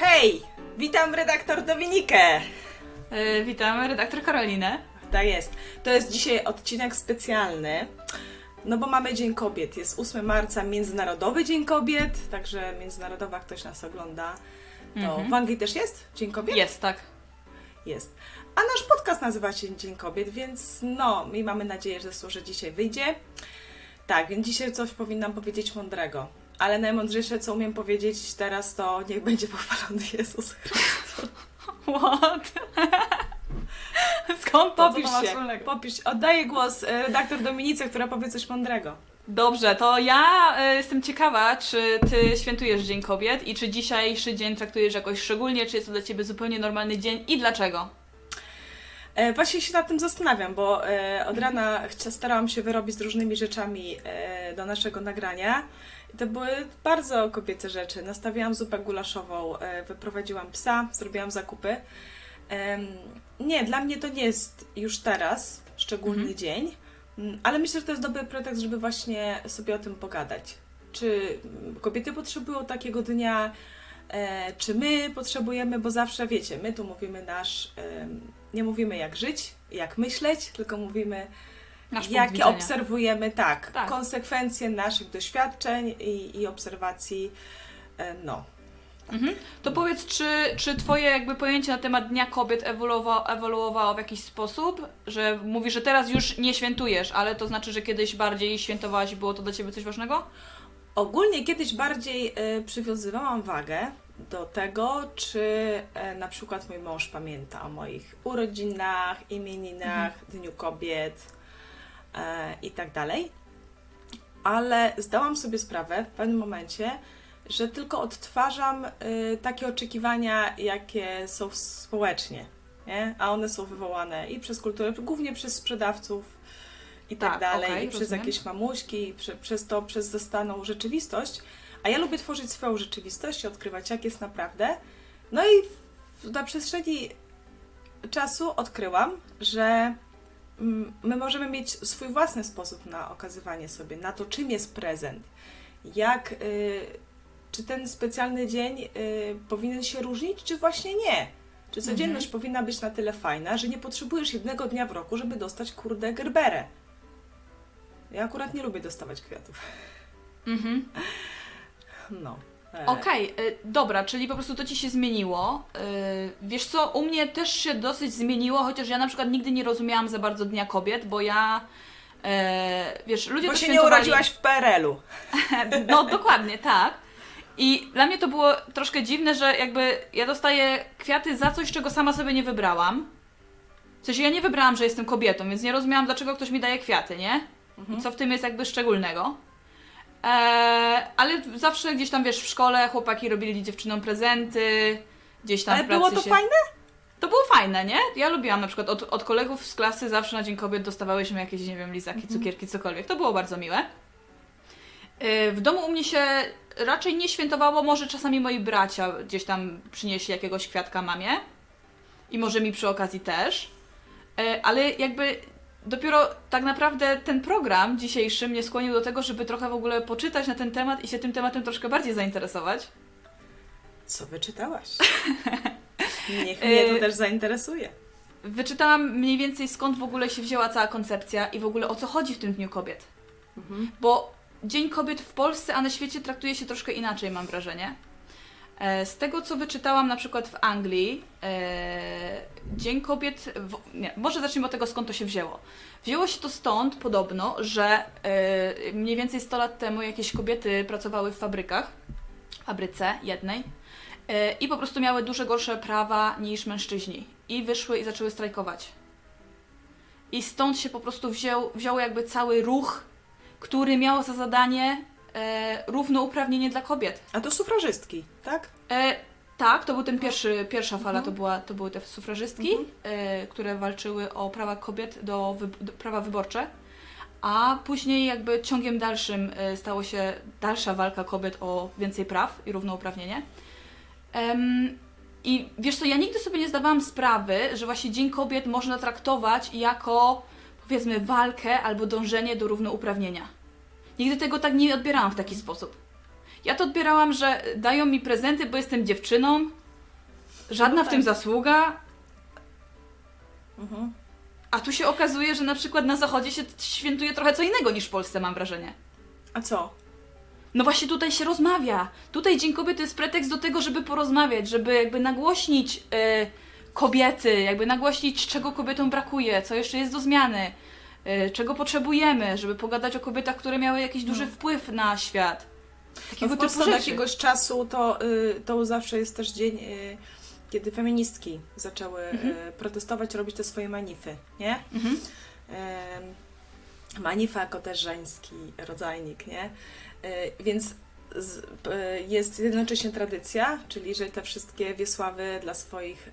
Hej! Witam redaktor Dominikę! Witam redaktor Karolinę. Tak jest. To jest dzisiaj odcinek specjalny, no bo mamy Dzień Kobiet. Jest 8 marca, Międzynarodowy Dzień Kobiet, także międzynarodowa, ktoś nas ogląda. To w Anglii też jest Dzień Kobiet? Jest, tak. Jest. A nasz podcast nazywa się Dzień Kobiet, więc no, my mamy nadzieję, że dzisiaj wyjdzie. Tak, więc dzisiaj coś powinnam powiedzieć mądrego. Ale najmądrzejsze, co umiem powiedzieć teraz, to niech będzie pochwalony Jezus Chrystus. What? Skąd to Popisz ma się, wspólnego? popisz. Oddaję głos redaktor Dominice, która powie coś mądrego. Dobrze, to ja jestem ciekawa, czy Ty świętujesz Dzień Kobiet i czy dzisiejszy dzień traktujesz jakoś szczególnie, czy jest to dla Ciebie zupełnie normalny dzień i dlaczego? Właśnie się nad tym zastanawiam, bo od rana starałam się wyrobić z różnymi rzeczami do naszego nagrania. I to były bardzo kobiece rzeczy. Nastawiałam zupę gulaszową, wyprowadziłam psa, zrobiłam zakupy. Nie, dla mnie to nie jest już teraz szczególny dzień, ale myślę, że to jest dobry pretekst, żeby właśnie sobie o tym pogadać. Czy kobiety potrzebują takiego dnia, czy my potrzebujemy, bo zawsze wiecie, my tu mówimy nie mówimy jak żyć, jak myśleć, tylko mówimy jakie obserwujemy, tak, konsekwencje naszych doświadczeń i obserwacji, no. To powiedz, czy Twoje jakby pojęcie na temat Dnia Kobiet ewoluowało w jakiś sposób, że mówisz, że teraz już nie świętujesz, ale to znaczy, że kiedyś bardziej świętowałaś i było to dla Ciebie coś ważnego? Ogólnie kiedyś bardziej przywiązywałam wagę do tego, czy na przykład mój mąż pamięta o moich urodzinach, imieninach, Dniu Kobiet i tak dalej. Ale zdałam sobie sprawę w pewnym momencie, że tylko odtwarzam takie oczekiwania, jakie są społecznie, nie? A one są wywołane i przez kulturę, głównie przez sprzedawców i tak dalej, i przez jakieś mamuśki, przez zastaną rzeczywistość. A ja lubię tworzyć swoją rzeczywistość i odkrywać, jak jest naprawdę. No i na przestrzeni czasu odkryłam, że my możemy mieć swój własny sposób na okazywanie sobie, na to, czym jest prezent. Czy ten specjalny dzień powinien się różnić, czy właśnie nie? Czy codzienność powinna być na tyle fajna, że nie potrzebujesz jednego dnia w roku, żeby dostać kurde gerberę. Ja akurat nie lubię dostawać kwiatów. No. Okej, dobra, czyli po prostu to Ci się zmieniło. Wiesz co, u mnie też się dosyć zmieniło, chociaż ja na przykład nigdy nie rozumiałam za bardzo Dnia Kobiet, bo ja, wiesz, ludzie bo to się świętowali... nie urodziłaś w PRL-u. No, dokładnie, tak. I dla mnie to było troszkę dziwne, że jakby ja dostaję kwiaty za coś, czego sama sobie nie wybrałam. W sensie ja nie wybrałam, że jestem kobietą, więc nie rozumiałam, dlaczego ktoś mi daje kwiaty, nie? I co w tym jest jakby szczególnego. Ale zawsze gdzieś tam, wiesz, w szkole chłopaki robili dziewczynom prezenty, gdzieś tam Ale w pracy było to fajne? To było fajne, nie? Ja lubiłam na przykład od kolegów z klasy zawsze na Dzień Kobiet dostawałyśmy jakieś, nie wiem, lizaki, cukierki, cokolwiek. To było bardzo miłe. W domu u mnie się raczej nie świętowało, może czasami moi bracia gdzieś tam przynieśli jakiegoś kwiatka mamie i może mi przy okazji też, ale jakby dopiero tak naprawdę ten program dzisiejszy mnie skłonił do tego, żeby trochę w ogóle poczytać na ten temat i się tym tematem troszkę bardziej zainteresować. Co wyczytałaś? Niech mnie to też zainteresuje. Wyczytałam mniej więcej, skąd w ogóle się wzięła cała koncepcja i w ogóle o co chodzi w tym Dniu Kobiet. Bo Dzień Kobiet w Polsce, a na świecie traktuje się troszkę inaczej, mam wrażenie. Z tego, co wyczytałam na przykład w Anglii, Dzień Kobiet... może zacznijmy od tego, skąd to się wzięło. Wzięło się to stąd podobno, że mniej więcej 100 lat temu jakieś kobiety pracowały w fabryce jednej i po prostu miały dużo gorsze prawa niż mężczyźni. I wyszły i zaczęły strajkować. I stąd się po prostu wziął jakby cały ruch, który miał za zadanie równouprawnienie dla kobiet. A to sufrażystki, tak? Tak, to był ten pierwsza fala, to były te sufrażystki, które walczyły o prawa kobiet do prawa wyborcze, a później jakby ciągiem dalszym stało się dalsza walka kobiet o więcej praw i równouprawnienie. I wiesz co, ja nigdy sobie nie zdawałam sprawy, że właśnie Dzień Kobiet można traktować jako, powiedzmy, walkę albo dążenie do równouprawnienia. Nigdy tego tak nie odbierałam w taki sposób. Ja to odbierałam, że dają mi prezenty, bo jestem dziewczyną żadna No w tym tak. zasługa, Mhm. a tu się okazuje, że na przykład na Zachodzie się świętuje trochę co innego niż w Polsce, mam wrażenie. A co? No właśnie tutaj się rozmawia. Tutaj Dzień Kobiet to jest pretekst do tego, żeby porozmawiać, żeby jakby nagłośnić kobiety, jakby nagłośnić, czego kobietom brakuje, co jeszcze jest do zmiany, czego potrzebujemy, żeby pogadać o kobietach, które miały jakiś duży wpływ na świat. No Takiego w Polsce typu od rzeczy. jakiegoś czasu to zawsze jest też dzień, kiedy feministki zaczęły protestować, robić te swoje manify, nie? Mhm. Manifa jako też żeński rodzajnik, nie? Więc jest jednocześnie tradycja, czyli że te wszystkie Wiesławy dla swoich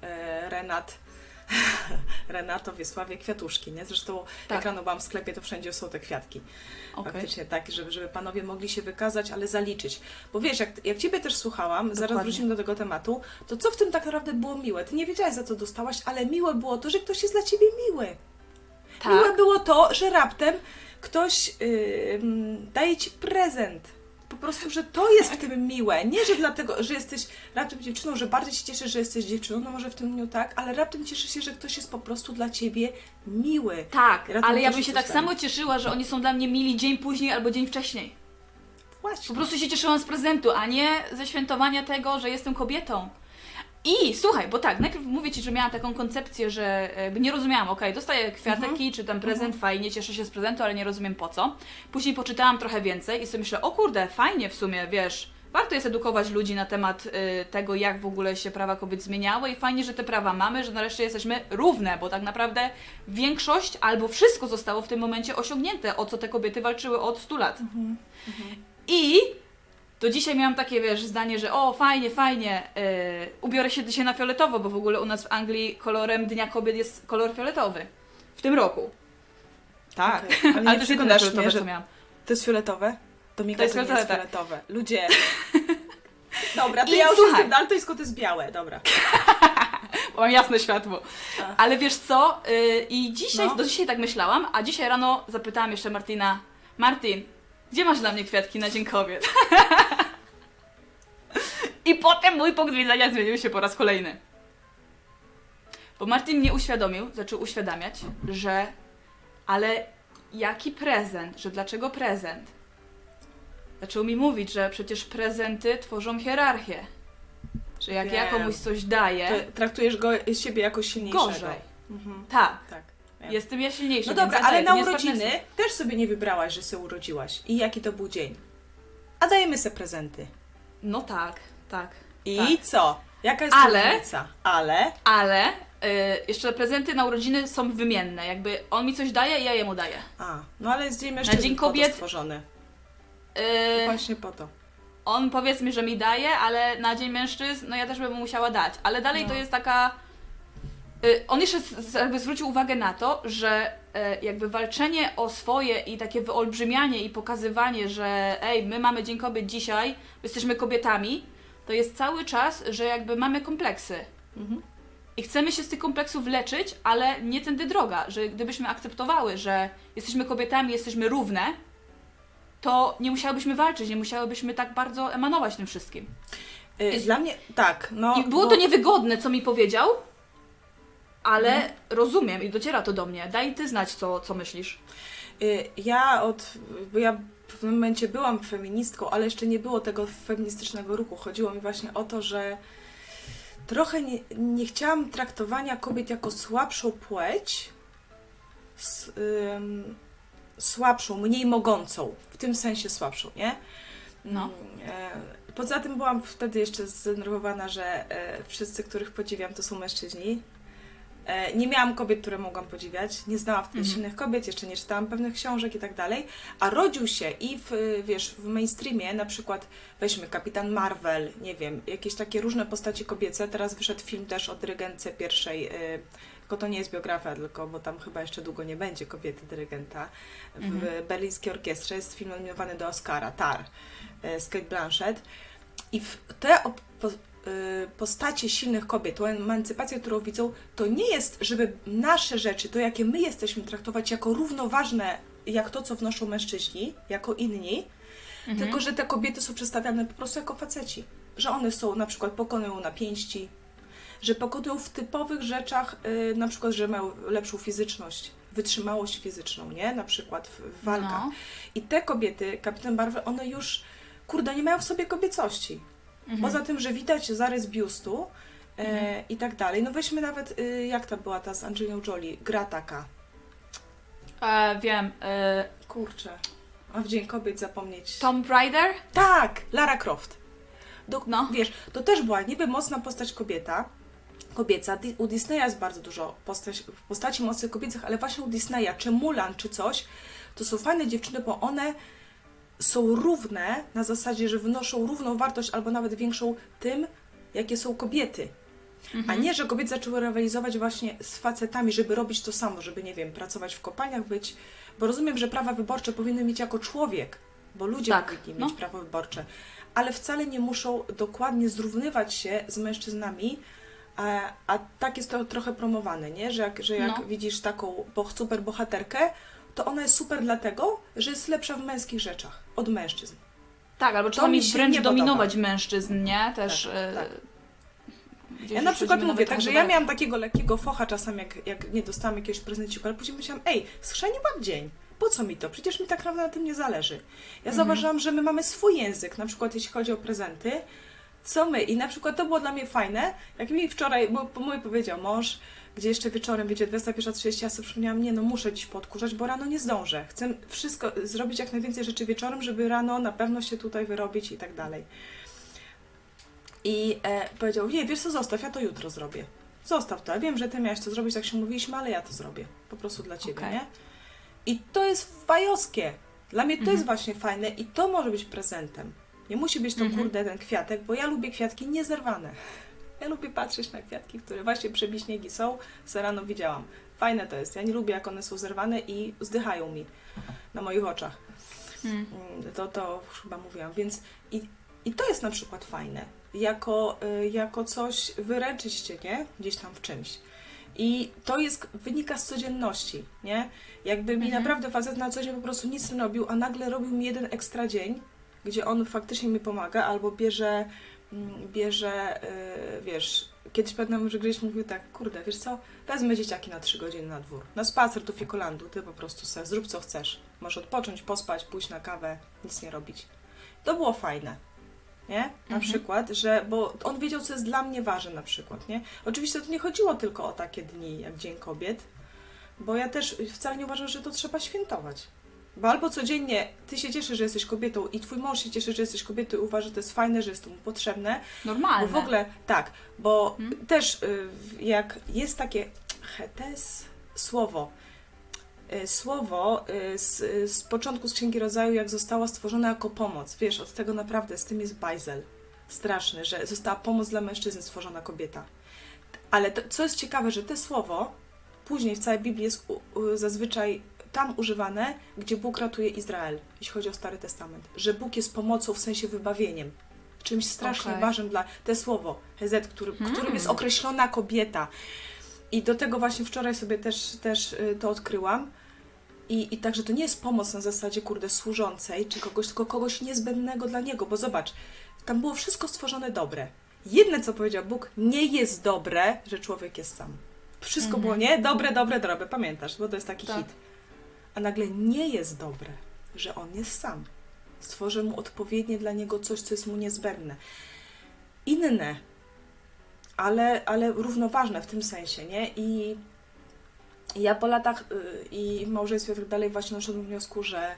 Renato, Wiesławie, kwiatuszki, nie? Zresztą Tak. jak rano byłam w sklepie, to wszędzie są te kwiatki. Okej. Faktycznie tak, żeby panowie mogli się wykazać, ale zaliczyć. Bo wiesz, jak Ciebie też słuchałam, zaraz Dokładnie. wrócimy do tego tematu, to co w tym tak naprawdę było miłe? Ty nie wiedziałaś, za co dostałaś, ale miłe było to, że ktoś jest dla Ciebie miły. Miłe Tak. było to, że raptem ktoś daje Ci prezent. Po prostu, że to jest w tym miłe. Nie, że dlatego, że jesteś raptem dziewczyną, że bardziej się cieszysz, że jesteś dziewczyną, no może w tym dniu tak, ale raptem cieszysz się, że ktoś jest po prostu dla Ciebie miły. Tak, Raptem ale ja też bym się coś tak tam. samo cieszyła, że oni są dla mnie mili dzień później albo dzień wcześniej. Po Właśnie. prostu się cieszyłam z prezentu, a nie ze świętowania tego, że jestem kobietą. I słuchaj, bo tak, najpierw mówię Ci, że miałam taką koncepcję, że jakby nie rozumiałam, okej, dostaję kwiatki, czy tam prezent, fajnie, cieszę się z prezentu, ale nie rozumiem po co. Później poczytałam trochę więcej i sobie myślę, o kurde, fajnie w sumie, wiesz, warto jest edukować ludzi na temat tego, jak w ogóle się prawa kobiet zmieniały i fajnie, że te prawa mamy, że nareszcie jesteśmy równe, bo tak naprawdę większość albo wszystko zostało w tym momencie osiągnięte, o co te kobiety walczyły od 100 lat. I to dzisiaj miałam takie, wiesz, zdanie, że o, fajnie, ubiorę się dzisiaj na fioletowo, bo w ogóle u nas w Anglii kolorem Dnia Kobiet jest kolor fioletowy. W tym roku. Tak. Okej, ale Ale nie to jest przekonasz fioletowe, mnie, że co miałam. to jest fioletowe? To Mika, To jest nie jest fioletowe. fioletowe. Ludzie. Dobra, to I ja już słuchaj. jestem daltońsko, to jest białe, dobra. Bo mam jasne światło. A. Ale wiesz co? I dzisiaj, No. do dzisiaj tak myślałam, a dzisiaj rano zapytałam jeszcze Martina, Martin, gdzie masz dla mnie kwiatki na Dzień Kobiet? I potem mój punkt widzenia zmienił się po raz kolejny. Bo Martin mnie uświadomił, zaczął uświadamiać, że ale jaki prezent, że dlaczego prezent? Zaczął mi mówić, że przecież prezenty tworzą hierarchię. Że jak ja Wiem. komuś coś daję, To traktujesz siebie jako silniejszego. gorzej. Mhm. Tak, Tak. wiem. jestem ja silniejsza. No więc dobra, ja ale daję. na To nie jest urodziny partnerstwo. też sobie nie wybrałaś, że się urodziłaś. I jaki to był dzień. A dajemy sobie prezenty. No tak, tak. I tak. co? Jaka jest Ale- różnica? Ale... Ale jeszcze prezenty na urodziny są wymienne. Jakby on mi coś daje, ja jemu daję. No ale jest dzień mężczyzn Dzień po to Kobiet- stworzony. Yy, Właśnie po to. on powiedzmy, że mi daje, ale na Dzień Mężczyzn, no ja też bym mu musiała dać. Ale dalej No. to jest taka... on jeszcze jakby zwrócił uwagę na to, że jakby walczenie o swoje i takie wyolbrzymianie i pokazywanie, że ej, my mamy Dzień Kobiet dzisiaj, jesteśmy kobietami, to jest cały czas, że jakby mamy kompleksy. Mhm. I chcemy się z tych kompleksów leczyć, ale nie tędy droga, że gdybyśmy akceptowały, że jesteśmy kobietami, jesteśmy równe, to nie musiałybyśmy walczyć, nie musiałybyśmy tak bardzo emanować tym wszystkim. Dla mnie tak. No, I było bo- to niewygodne, co mi powiedział, ale rozumiem i dociera to do mnie. Daj ty znać, co myślisz. Bo ja w pewnym momencie byłam feministką, ale jeszcze nie było tego feministycznego ruchu. Chodziło mi właśnie o to, że trochę nie chciałam traktowania kobiet jako słabszą płeć, słabszą, mniej mogącą, w tym sensie słabszą, nie? No. Poza tym byłam wtedy jeszcze zdenerwowana, że wszyscy, których podziwiam, to są mężczyźni. Nie miałam kobiet, które mogłam podziwiać, nie znałam wtedy silnych kobiet, jeszcze nie czytałam pewnych książek i tak dalej, a rodził się i w mainstreamie, na przykład weźmy Kapitan Marvel, nie wiem, jakieś takie różne postacie kobiece, teraz wyszedł film też o dyrygentce pierwszej, tylko to nie jest biografia, tylko, bo tam chyba jeszcze długo nie będzie kobiety dyrygenta, w berlińskiej orkiestrze jest film nominowany do Oscara, Tar, z Cate Blanchett i postacie silnych kobiet, tą emancypację, którą widzą, to nie jest, żeby nasze rzeczy, to jakie my jesteśmy, traktować jako równoważne, jak to, co wnoszą mężczyźni, jako inni, tylko że te kobiety są przedstawiane po prostu jako faceci. Że one są, na przykład pokonują napięści, że pogodują w typowych rzeczach, na przykład, że mają lepszą fizyczność, wytrzymałość fizyczną, nie? Na przykład w walkach. No. I te kobiety, Kapitan Marvel, one już, kurde, nie mają w sobie kobiecości. Poza tym, że widać zarys biustu i tak dalej. No weźmy nawet, jak ta była ta z Angeliną Jolie, gra taka. Wiem. Kurczę, a w Dzień Kobiet zapomnieć. Tomb Raider? Tak, Lara Croft. No. Wiesz, to też była niby mocna postać kobieca. U Disneya jest bardzo dużo postaci mocnych kobiecych, ale właśnie u Disneya, czy Mulan, czy coś, to są fajne dziewczyny, bo one są równe na zasadzie, że wynoszą równą wartość albo nawet większą tym, jakie są kobiety. A nie, że kobiety zaczęły rywalizować właśnie z facetami, żeby robić to samo, żeby, nie wiem, pracować w kopalniach, być... Bo rozumiem, że prawa wyborcze powinny mieć jako człowiek, bo ludzie powinni mieć prawo wyborcze, ale wcale nie muszą dokładnie zrównywać się z mężczyznami, a tak jest to trochę promowane, nie? Że jak widzisz taką super bohaterkę, to ona jest super dlatego, że jest lepsza w męskich rzeczach od mężczyzn. Tak, albo czasami wręcz dominować mężczyzn, nie? Też... Tak. Ja na przykład mówię, także ja miałam takiego lekkiego focha czasem, jak nie dostałam jakiegoś prezenciku, ale później myślałam, schrzeniłam dzień. Po co mi to? Przecież mi tak naprawdę na tym nie zależy. Ja zauważyłam, że my mamy swój język, na przykład jeśli chodzi o prezenty, co my. I na przykład to było dla mnie fajne, jak mi wczoraj, bo mój powiedział mąż, gdzie jeszcze wieczorem, wiecie, 21:30, ja sobie przypomniałam, muszę dziś podkurzać, bo rano nie zdążę. Chcę wszystko zrobić jak najwięcej rzeczy wieczorem, żeby rano na pewno się tutaj wyrobić i tak dalej. I powiedział, wiesz co, zostaw, ja to jutro zrobię. Zostaw to, ja wiem, że ty miałaś to zrobić, tak się mówiliśmy, ale ja to zrobię. Po prostu dla ciebie, nie? I to jest fajowskie. Dla mnie to jest właśnie fajne i to może być prezentem. Nie musi być to, kurde, ten kwiatek, bo ja lubię kwiatki niezerwane. Ja lubię patrzeć na kwiatki, które właśnie przebiśniegi są, co rano widziałam. Fajne to jest. Ja nie lubię, jak one są zerwane i zdychają mi na moich oczach. To już chyba mówiłam. Więc i to jest na przykład fajne. Jako coś wyręczyć się, nie? Gdzieś tam w czymś. I to wynika z codzienności, nie? Jakby mi naprawdę facet na co dzień po prostu nic nie robił, a nagle robił mi jeden ekstra dzień, gdzie on faktycznie mi pomaga, albo bierze, wiesz, kiedyś pamiętam, że gdzieś mówił tak, kurde, wiesz co, wezmę dzieciaki na 3 godziny na dwór, na spacer do Fikolandu, ty po prostu zrób co chcesz. Możesz odpocząć, pospać, pójść na kawę, nic nie robić. To było fajne. Nie? Na przykład, bo on wiedział, co jest dla mnie ważne na przykład, nie? Oczywiście to nie chodziło tylko o takie dni jak Dzień Kobiet, bo ja też wcale nie uważam, że to trzeba świętować. Bo albo codziennie ty się cieszysz, że jesteś kobietą i twój mąż się cieszy, że jesteś kobietą i uważa, że to jest fajne, że jest mu potrzebne. Normalne. Bo w ogóle, tak, bo też jak jest takie, to jest słowo z początku z Księgi Rodzaju, jak została stworzona jako pomoc. Wiesz, od tego naprawdę, z tym jest bajzel straszny, że została pomoc dla mężczyzn, stworzona kobieta. Ale co jest ciekawe, że to słowo później w całej Biblii jest zazwyczaj tam używane, gdzie Bóg ratuje Izrael, jeśli chodzi o Stary Testament. Że Bóg jest pomocą, w sensie wybawieniem. Czymś strasznie ważnym dla te słowo, hezet, którym jest określona kobieta. I do tego właśnie wczoraj sobie też to odkryłam. I także to nie jest pomoc na zasadzie, kurde, służącej, czy kogoś, tylko kogoś niezbędnego dla niego, bo zobacz, tam było wszystko stworzone dobre. Jedne, co powiedział Bóg, nie jest dobre, że człowiek jest sam. Wszystko było, nie? Dobre, pamiętasz, bo to jest taki hit. A nagle nie jest dobre, że on jest sam. Stworzę mu odpowiednie dla niego coś, co jest mu niezbędne. Inne, ale równoważne w tym sensie, nie? I ja po latach i w małżeństwie i tak dalej właśnie doszłam do wniosku, że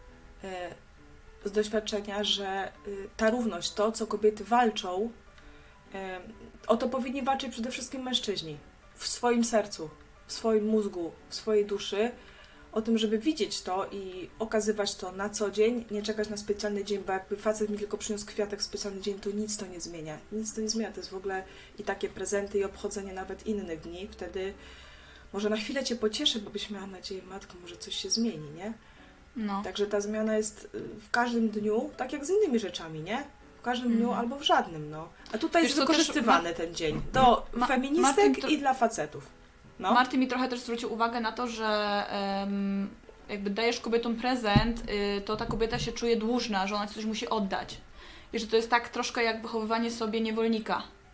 z doświadczenia, że ta równość, to co kobiety walczą, o to powinni walczyć przede wszystkim mężczyźni. W swoim sercu, w swoim mózgu, w swojej duszy, o tym, żeby widzieć to i okazywać to na co dzień, nie czekać na specjalny dzień, bo jakby facet mi tylko przyniósł kwiatek w specjalny dzień, to nic to nie zmienia. Nic to nie zmienia, to jest w ogóle i takie prezenty i obchodzenie nawet innych dni. Wtedy może na chwilę Cię pocieszę, bo byś miała nadzieję, matko, może coś się zmieni, nie? No. Także ta zmiana jest w każdym dniu, tak jak z innymi rzeczami, nie? W każdym dniu albo w żadnym, no. A tutaj jest wykorzystywany ten dzień do feministek i dla facetów. No. Martin mi trochę też zwrócił uwagę na to, że jakby dajesz kobietom prezent, to ta kobieta się czuje dłużna, że ona coś musi oddać. I że to jest tak troszkę jak wychowywanie sobie niewolnika.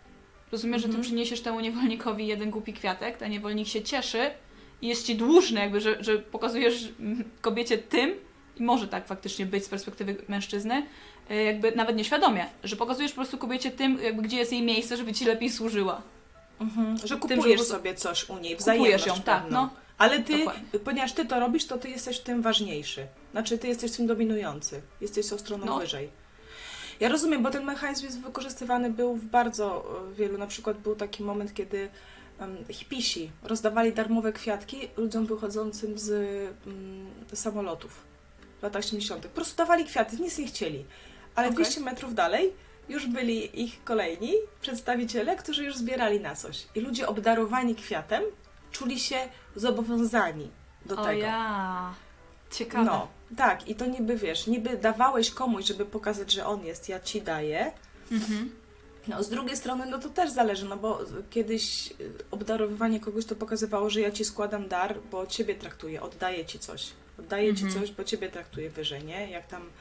Rozumiesz, że ty przyniesiesz temu niewolnikowi jeden głupi kwiatek, ten niewolnik się cieszy i jest ci dłużny, jakby, że pokazujesz kobiecie tym, i może tak faktycznie być z perspektywy mężczyzny, jakby nawet nieświadomie, że pokazujesz po prostu kobiecie tym, jakby gdzie jest jej miejsce, żeby ci lepiej służyła. Że kupujesz sobie coś u niej, wzajemność Kupujesz ją, tak, pewną. no. Ale ty, Dokładnie. ponieważ ty to robisz, to ty jesteś w tym ważniejszy. Znaczy, ty jesteś w tym dominujący. Jesteś tą stroną wyżej. Ja rozumiem, bo ten mechanizm jest wykorzystywany był w bardzo wielu. Na przykład był taki moment, kiedy hipisi rozdawali darmowe kwiatki ludziom wychodzącym z samolotów w latach 70. Po prostu dawali kwiaty, nic nie chcieli. Ale 200 metrów dalej już byli ich kolejni przedstawiciele, którzy już zbierali na coś. I ludzie obdarowani kwiatem czuli się zobowiązani do tego. Ja. Ciekawe. No, tak. I to niby, wiesz, niby dawałeś komuś, żeby pokazać, że on jest, ja ci daję. No, z drugiej strony, no to też zależy, no bo kiedyś obdarowywanie kogoś to pokazywało, że ja ci składam dar, bo ciebie traktuję, oddaję ci coś. Oddaję ci coś, bo ciebie traktuję wyżej, nie? Jak tam...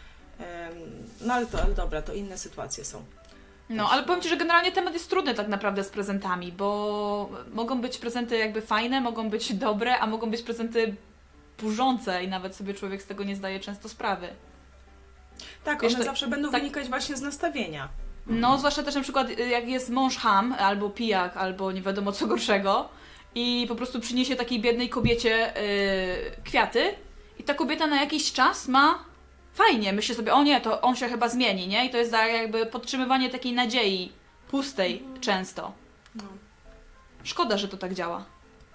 no ale dobra, to inne sytuacje są. No, ale powiem Ci, że generalnie temat jest trudny tak naprawdę z prezentami, bo mogą być prezenty jakby fajne, mogą być dobre, a mogą być prezenty burzące i nawet sobie człowiek z tego nie zdaje często sprawy. Tak, Wiesz, one to, zawsze będą wynikać właśnie z nastawienia. No, zwłaszcza też na przykład jak jest mąż cham, albo pijak, albo nie wiadomo co gorszego i po prostu przyniesie takiej biednej kobiecie kwiaty i ta kobieta na jakiś czas ma fajnie, myśli sobie, o nie, to on się chyba zmieni, nie? I to jest jakby podtrzymywanie takiej nadziei pustej często. No. Szkoda, że to tak działa.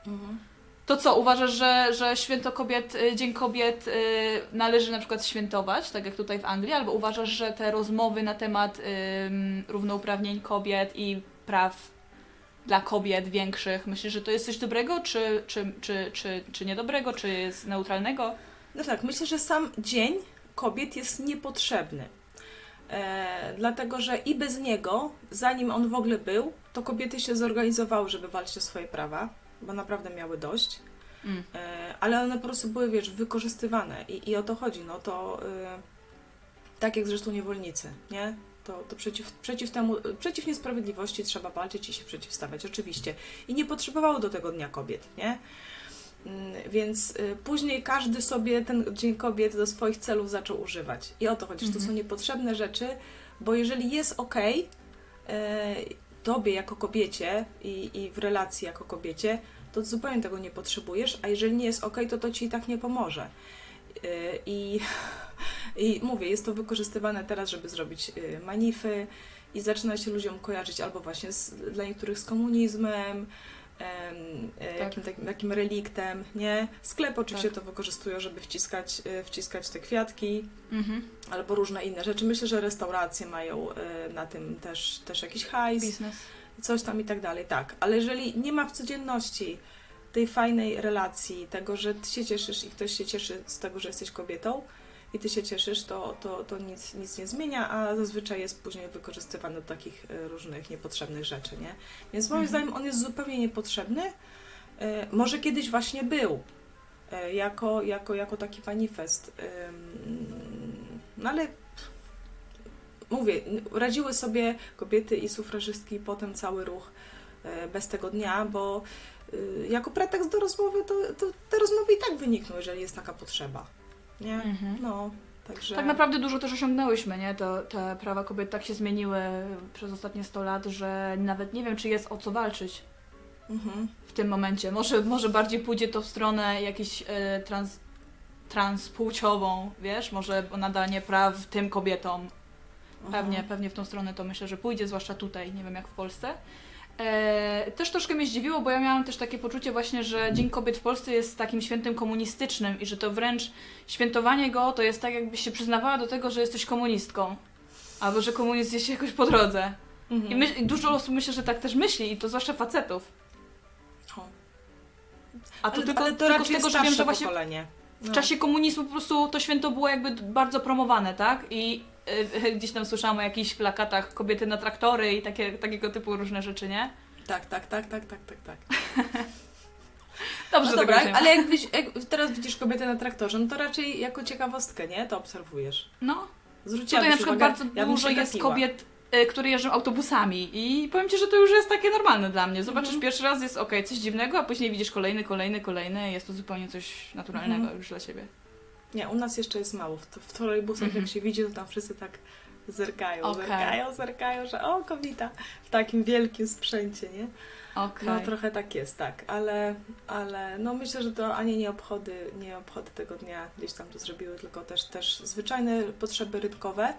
To co, uważasz, że święto kobiet, Dzień Kobiet należy na przykład świętować, tak jak tutaj w Anglii, albo uważasz, że te rozmowy na temat równouprawnień kobiet i praw dla kobiet większych, myślisz, że to jest coś dobrego, czy niedobrego, czy jest neutralnego? No tak, myślę, że sam Dzień Kobiet jest niepotrzebny. Dlatego, że i bez niego, zanim on w ogóle był, to kobiety się zorganizowały, żeby walczyć o swoje prawa, bo naprawdę miały dość. Ale one po prostu były, wiesz, wykorzystywane i o to chodzi. No to tak jak zresztą niewolnicy, nie? To przeciw niesprawiedliwości trzeba walczyć i się przeciwstawiać, oczywiście. I nie potrzebowało do tego Dnia Kobiet, nie? Więc później każdy sobie ten Dzień Kobiet do swoich celów zaczął używać. I o to chodzi, że to są niepotrzebne rzeczy, bo jeżeli jest okej, tobie jako kobiecie i w relacji jako kobiecie, to zupełnie tego nie potrzebujesz, a jeżeli nie jest okej, to ci i tak nie pomoże. I mówię, jest to wykorzystywane teraz, żeby zrobić manify i zaczyna się ludziom kojarzyć albo właśnie dla niektórych z komunizmem, takim reliktem, nie? Sklepy oczywiście to wykorzystują, żeby wciskać te kwiatki, albo różne inne rzeczy. Myślę, że restauracje mają na tym też jakiś hajs, Biznes. coś tam i tak dalej, tak. Ale jeżeli nie ma w codzienności tej fajnej relacji, tego, że ty się cieszysz i ktoś się cieszy z tego, że jesteś kobietą i ty się cieszysz, to nic nie zmienia, a zazwyczaj jest później wykorzystywany do takich różnych niepotrzebnych rzeczy, nie? Więc moim zdaniem on jest zupełnie niepotrzebny. Może kiedyś właśnie był jako taki manifest. No ale mówię, radziły sobie kobiety i sufrażystki potem cały ruch bez tego dnia, bo jako pretekst do rozmowy, to te rozmowy i tak wynikną, jeżeli jest taka potrzeba. Nie? No, także... Tak naprawdę dużo też osiągnęłyśmy, nie? Te prawa kobiet tak się zmieniły przez ostatnie 100 lat, że nawet nie wiem, czy jest o co walczyć w tym momencie. Może bardziej pójdzie to w stronę jakiejś transpłciową, wiesz? Może nadanie praw tym kobietom. Pewnie w tą stronę to myślę, że pójdzie, zwłaszcza tutaj, nie wiem jak w Polsce. Też troszkę mnie zdziwiło, bo ja miałam też takie poczucie właśnie, że Dzień Kobiet w Polsce jest takim świętem komunistycznym i że to wręcz świętowanie go to jest tak, jakbyś się przyznawała do tego, że jesteś komunistką. Albo że komunizm jest jakoś po drodze. I dużo osób myślę, że tak też myśli i to zwłaszcza facetów. A to tylko z tego, że wiem, że właśnie w czasie komunizmu po prostu to święto było jakby bardzo promowane, tak? I gdzieś tam słyszałam o jakichś plakatach kobiety na traktory i takiego typu różne rzeczy, nie? Tak. Dobrze, no dobra, ale jak teraz widzisz kobietę na traktorze, no to raczej jako ciekawostkę, nie? To obserwujesz. No. Zwróciłam tutaj na przykład uwagę, bardzo dużo jest kobiet które jeżdżą autobusami i powiem Ci, że to już jest takie normalne dla mnie. Zobaczysz pierwszy raz, jest okej, coś dziwnego, a później widzisz kolejny, jest to zupełnie coś naturalnego już dla Ciebie. Nie, u nas jeszcze jest mało. W trolejbusach jak się widzi, to tam wszyscy tak zerkają, zerkają, że o, kobieta w takim wielkim sprzęcie, nie? No trochę tak jest, tak, ale no myślę, że to ani nie obchody tego dnia gdzieś tam to zrobiły, tylko też zwyczajne potrzeby rybkowe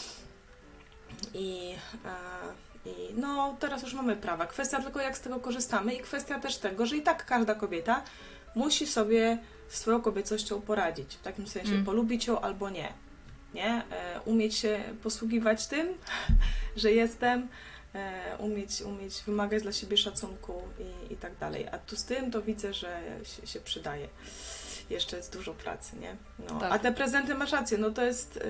i no teraz już mamy prawa. Kwestia tylko jak z tego korzystamy i kwestia też tego, że i tak każda kobieta musi sobie z swoją kobiecością poradzić, w takim sensie polubić ją albo nie, umieć się posługiwać tym, że jestem, umieć wymagać dla siebie szacunku i tak dalej. A tu z tym to widzę, że się przydaje. Jeszcze jest dużo pracy, nie? No. Tak. A te prezenty, masz rację, no to jest...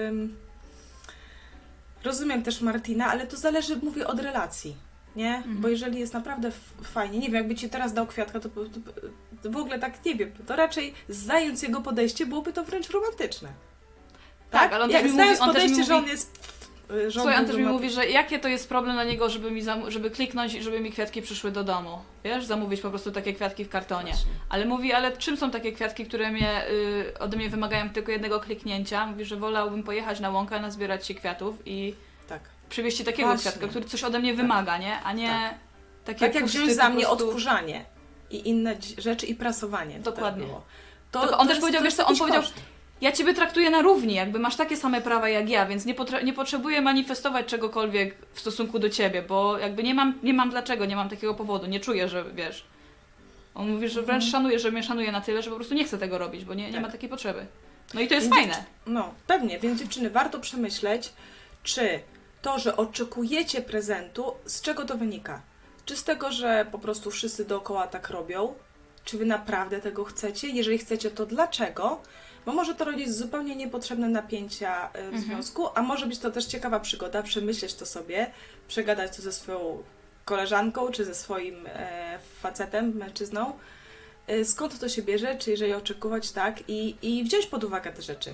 Rozumiem też Martina, ale to zależy, mówię, od relacji, nie? Bo jeżeli jest naprawdę fajnie, nie wiem, jakby Ci teraz dał kwiatka, to w ogóle tak, nie wiem, to raczej zając jego podejście, byłoby to wręcz romantyczne. Tak, ale on jak też mi mówi, podejście, że on jest... Słuchaj, on też mi mówi, że jakie to jest problem dla niego, żeby kliknąć i żeby mi kwiatki przyszły do domu. Wiesz, zamówić po prostu takie kwiatki w kartonie. Właśnie. Ale mówi, ale czym są takie kwiatki, które ode mnie wymagają tylko jednego kliknięcia? Mówi, że wolałbym pojechać na łąkę, nazbierać się kwiatów i przywieźć Ci takiego kwiatka, który coś ode mnie wymaga, nie? A nie takie tak jak wziąć za mnie odkurzanie i inne rzeczy i prasowanie. Dokładnie. To on też powiedział, wiesz co, on powiedział, ja Ciebie traktuję na równi, jakby masz takie same prawa jak ja, więc nie potrzebuję manifestować czegokolwiek w stosunku do Ciebie, bo jakby nie mam dlaczego, nie mam takiego powodu, nie czuję, że wiesz. On mówi, że wręcz szanuje, że mnie szanuje na tyle, że po prostu nie chce tego robić, bo nie ma takiej potrzeby. No i to jest fajne. No, pewnie, więc dziewczyny, warto przemyśleć, czy to, że oczekujecie prezentu, z czego to wynika? Czy z tego, że po prostu wszyscy dookoła tak robią? Czy Wy naprawdę tego chcecie? Jeżeli chcecie, to dlaczego? Bo może to rodzić zupełnie niepotrzebne napięcia w związku, a może być to też ciekawa przygoda, przemyśleć to sobie, przegadać to ze swoją koleżanką, czy ze swoim facetem, mężczyzną, skąd to się bierze, czy jeżeli oczekiwać tak i wziąć pod uwagę te rzeczy,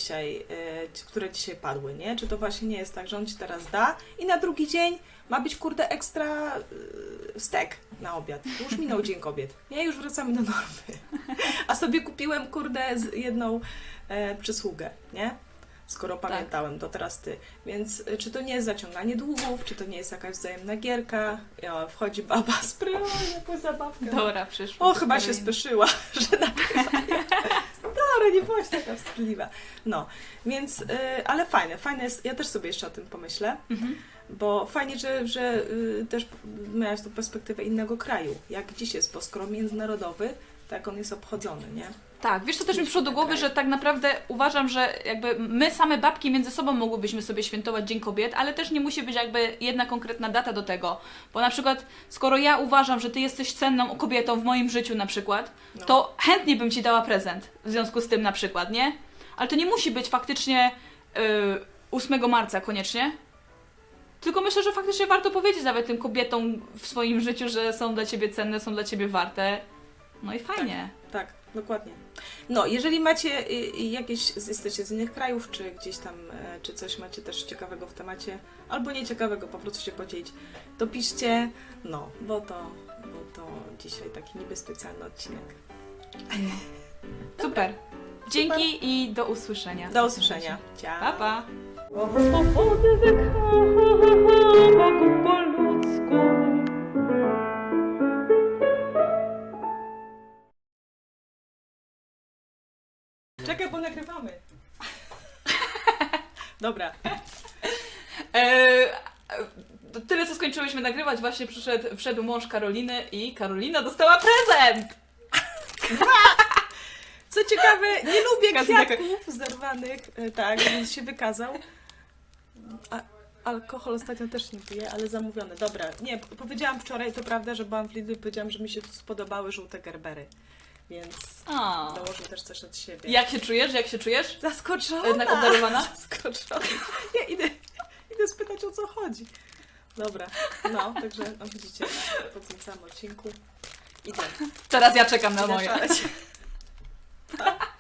które dzisiaj padły, nie? Czy to właśnie nie jest tak, że on Ci teraz da i na drugi dzień ma być, kurde, ekstra stek na obiad. Już minął Dzień Kobiet. Nie, już wracamy do normy. A sobie kupiłem, kurde, jedną przysługę, nie? Skoro pamiętałem, to teraz Ty. Więc czy to nie jest zaciąganie długów, czy to nie jest jakaś wzajemna gierka? Wchodzi baba z jakąś zabawkę. Dobra, przyszło. O, chyba się speszyła, że nagrywa. Dobra, nie byłaś taka wstydliwa. No, więc, ale fajne jest, ja też sobie jeszcze o tym pomyślę, bo fajnie, że też miałaś tą perspektywę innego kraju, jak dziś jest, bo skoro międzynarodowy, tak on jest obchodzony, nie? Tak, wiesz co też mi przyszło do głowy, że tak naprawdę uważam, że jakby my same babki między sobą mogłybyśmy sobie świętować Dzień Kobiet, ale też nie musi być jakby jedna konkretna data do tego, bo na przykład skoro ja uważam, że Ty jesteś cenną kobietą w moim życiu na przykład, to chętnie bym Ci dała prezent w związku z tym na przykład, nie? Ale to nie musi być faktycznie 8 marca koniecznie, tylko myślę, że faktycznie warto powiedzieć nawet tym kobietom w swoim życiu, że są dla Ciebie cenne, są dla Ciebie warte, no i fajnie. Tak, dokładnie. No, jeżeli macie jakieś, jesteście z innych krajów, czy gdzieś tam, czy coś macie też ciekawego w temacie, albo nieciekawego, po prostu się podzielić, to piszcie, no, bo to dzisiaj taki niby specjalny odcinek. Super. Dzięki i do usłyszenia. Do usłyszenia. Ciao. Pa, pa. Po ludzku. Czekaj, bo nagrywamy. Dobra. Tyle, co skończyłyśmy nagrywać, właśnie wszedł mąż Karoliny i Karolina dostała prezent! Co ciekawe, nie lubię kwiatków zerwanych, tak, więc się wykazał. Alkohol ostatnio też nie piję, ale zamówiony. Dobra, nie, powiedziałam wczoraj, to prawda, że byłam w Lidlu i powiedziałam, że mi się spodobały żółte Gerbery. Więc dołożę też coś od siebie. Jak się czujesz? Zaskoczona! Jednak obdarowana? Zaskoczona. Ja idę spytać, o co chodzi. Dobra, no, także no, widzicie, po tym samym odcinku idę. Teraz ja czekam na moje. Pa.